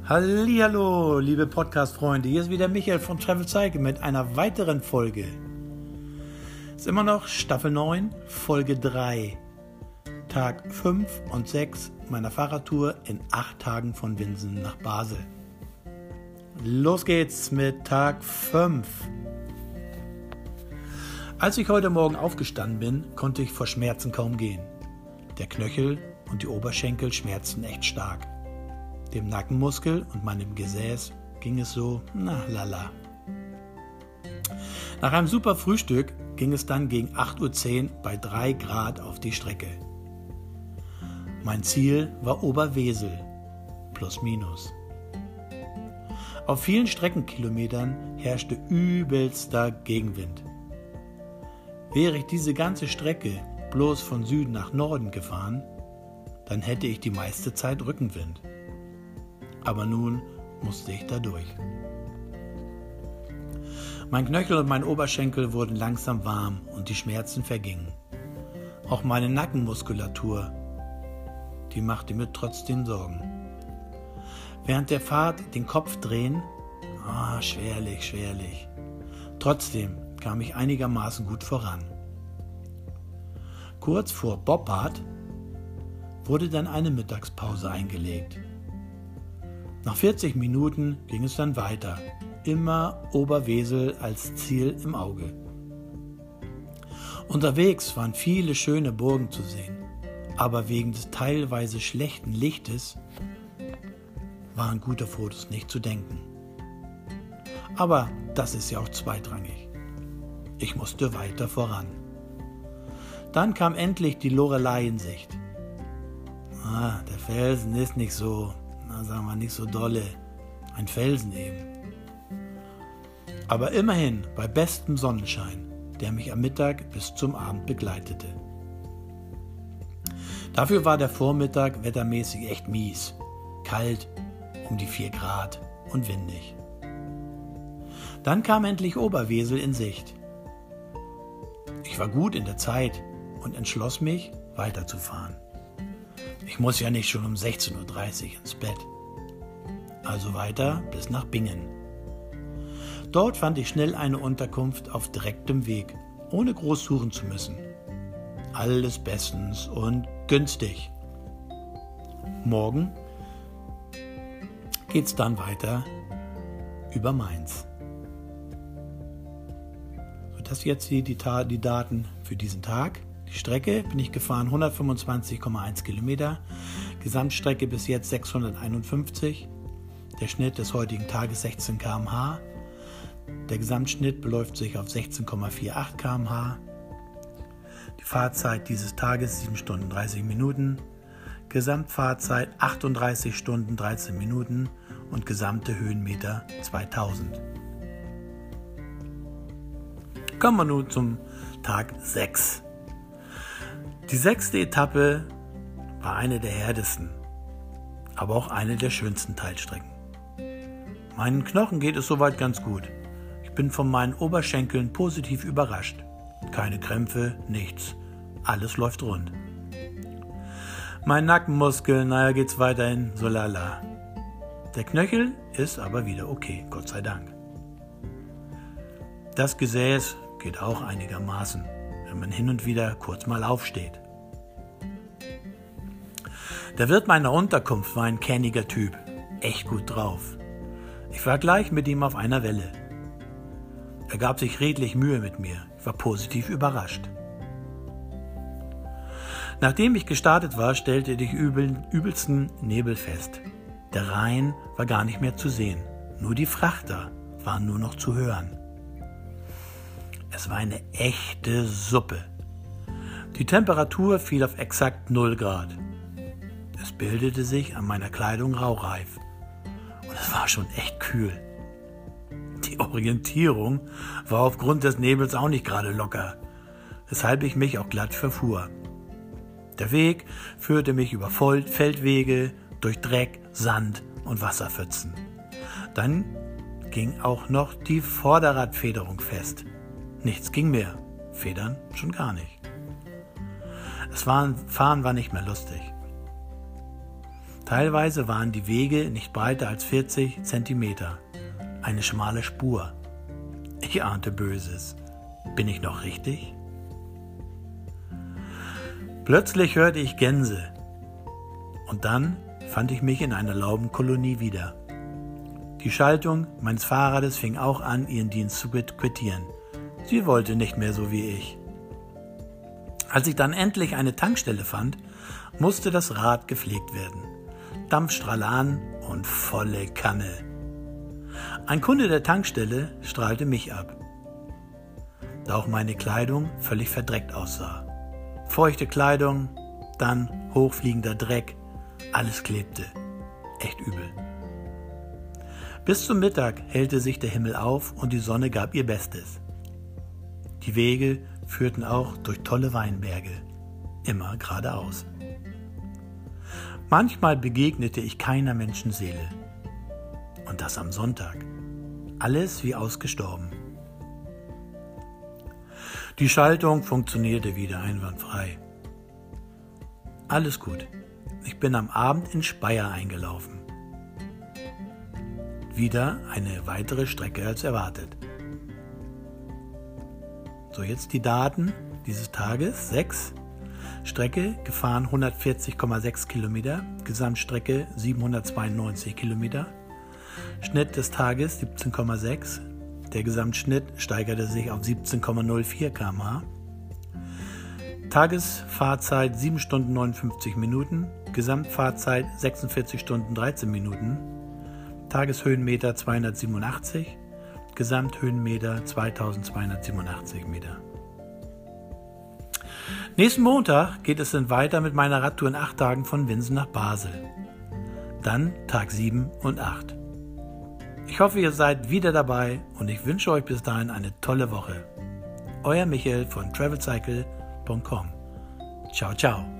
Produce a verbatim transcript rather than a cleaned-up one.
Hallihallo, liebe Podcast-Freunde, hier ist wieder Michael von Travel Cycle mit einer weiteren Folge. Es ist immer noch Staffel neun, Folge drei, Tag fünf und sechs meiner Fahrradtour in acht Tagen von Winsen nach Basel. Los geht's mit Tag fünf. Als ich heute Morgen aufgestanden bin, konnte ich vor Schmerzen kaum gehen. Der Knöchel und die Oberschenkel schmerzten echt stark. Dem Nackenmuskel und meinem Gesäß ging es so, na lala. Nach einem super Frühstück ging es dann gegen acht Uhr zehn bei drei Grad auf die Strecke. Mein Ziel war Oberwesel, plus minus. Auf vielen Streckenkilometern herrschte übelster Gegenwind. Wäre ich diese ganze Strecke bloß von Süden nach Norden gefahren, dann hätte ich die meiste Zeit Rückenwind. Aber nun musste ich da durch. Mein Knöchel und mein Oberschenkel wurden langsam warm und die Schmerzen vergingen. Auch meine Nackenmuskulatur, die machte mir trotzdem Sorgen. Während der Fahrt den Kopf drehen, ah, schwerlich, schwerlich. Trotzdem kam ich einigermaßen gut voran. Kurz vor Boppard wurde dann eine Mittagspause eingelegt. Nach vierzig Minuten ging es dann weiter, immer Oberwesel als Ziel im Auge. Unterwegs waren viele schöne Burgen zu sehen, aber wegen des teilweise schlechten Lichtes waren gute Fotos nicht zu denken. Aber das ist ja auch zweitrangig. Ich musste weiter voran. Dann kam endlich die Lorelei in Sicht. Ah, der Felsen ist nicht so... Na, sagen wir nicht so dolle, ein Felsen eben. Aber immerhin bei bestem Sonnenschein, der mich am Mittag bis zum Abend begleitete. Dafür war der Vormittag wettermäßig echt mies, kalt, um die vier Grad und windig. Dann kam endlich Oberwesel in Sicht. Ich war gut in der Zeit und entschloss mich, weiterzufahren. Ich muss ja nicht schon um sechzehn Uhr dreißig ins Bett. Also weiter bis nach Bingen. Dort fand ich schnell eine Unterkunft auf direktem Weg, ohne groß suchen zu müssen. Alles bestens und günstig. Morgen geht's dann weiter über Mainz. So, das jetzt hier die, Ta- die Daten für diesen Tag. Die Strecke bin ich gefahren hundertfünfundzwanzig Komma eins Kilometer, Gesamtstrecke bis jetzt sechshunderteinundfünfzig, der Schnitt des heutigen Tages sechzehn Kilometer pro Stunde, der Gesamtschnitt beläuft sich auf sechzehn Komma achtzig Kilometer pro Stunde, die Fahrzeit dieses Tages sieben Stunden dreißig Minuten, Gesamtfahrzeit achtunddreißig Stunden dreizehn Minuten und gesamte Höhenmeter zweitausend. Kommen wir nun zum Tag sechs. Die sechste Etappe war eine der härtesten, aber auch eine der schönsten Teilstrecken. Meinen Knochen geht es soweit ganz gut. Ich bin von meinen Oberschenkeln positiv überrascht. Keine Krämpfe, nichts. Alles läuft rund. Mein Nackenmuskel, naja, geht's weiterhin so lala. Der Knöchel ist aber wieder okay, Gott sei Dank. Das Gesäß geht auch einigermaßen, wenn man hin und wieder kurz mal aufsteht. Der Wirt meiner Unterkunft war ein kenniger Typ, echt gut drauf. Ich war gleich mit ihm auf einer Welle. Er gab sich redlich Mühe mit mir, ich war positiv überrascht. Nachdem ich gestartet war, stellte ich übel, übelsten Nebel fest. Der Rhein war gar nicht mehr zu sehen, nur die Frachter waren nur noch zu hören. Es war eine echte Suppe. Die Temperatur fiel auf exakt null Grad. Es bildete sich an meiner Kleidung Raureif. Und es war schon echt kühl. Die Orientierung war aufgrund des Nebels auch nicht gerade locker, weshalb ich mich auch glatt verfuhr. Der Weg führte mich über Feldwege, durch Dreck, Sand und Wasserpfützen. Dann ging auch noch die Vorderradfederung fest. Nichts ging mehr, Federn schon gar nicht. Das Fahren war nicht mehr lustig. Teilweise waren die Wege nicht breiter als vierzig Zentimeter. Eine schmale Spur. Ich ahnte Böses. Bin ich noch richtig? Plötzlich hörte ich Gänse. Und dann fand ich mich in einer Laubenkolonie wieder. Die Schaltung meines Fahrrades fing auch an, ihren Dienst zu quittieren. Sie wollte nicht mehr so wie ich. Als ich dann endlich eine Tankstelle fand, musste das Rad gepflegt werden. Dampfstrahl an und volle Kanne. Ein Kunde der Tankstelle strahlte mich ab, da auch meine Kleidung völlig verdreckt aussah. Feuchte Kleidung, dann hochfliegender Dreck, alles klebte. Echt übel. Bis zum Mittag hellte sich der Himmel auf und die Sonne gab ihr Bestes. Die Wege führten auch durch tolle Weinberge, immer geradeaus. Manchmal begegnete ich keiner Menschenseele. Und das am Sonntag. Alles wie ausgestorben. Die Schaltung funktionierte wieder einwandfrei. Alles gut. Ich bin am Abend in Speyer eingelaufen. Wieder eine weitere Strecke als erwartet. So, jetzt die Daten dieses Tages. sechs. Strecke gefahren hundertvierzig Komma sechs Kilometer. Gesamtstrecke siebenhundertzweiundneunzig Kilometer. Schnitt des Tages siebzehn Komma sechs. Der Gesamtschnitt steigerte sich auf siebzehn Komma null vier Kilometer pro Stunde. Tagesfahrzeit sieben Stunden neunundfünfzig Minuten. Gesamtfahrzeit sechsundvierzig Stunden dreizehn Minuten. Tageshöhenmeter zweihundertsiebenundachtzig. Gesamthöhenmeter zweitausendzweihundertsiebenundachtzig Meter. Nächsten Montag geht es dann weiter mit meiner Radtour in acht Tagen von Winsen nach Basel. Dann Tag sieben und acht. Ich hoffe, ihr seid wieder dabei und ich wünsche euch bis dahin eine tolle Woche. Euer Michael von travel cycle punkt com. Ciao, ciao.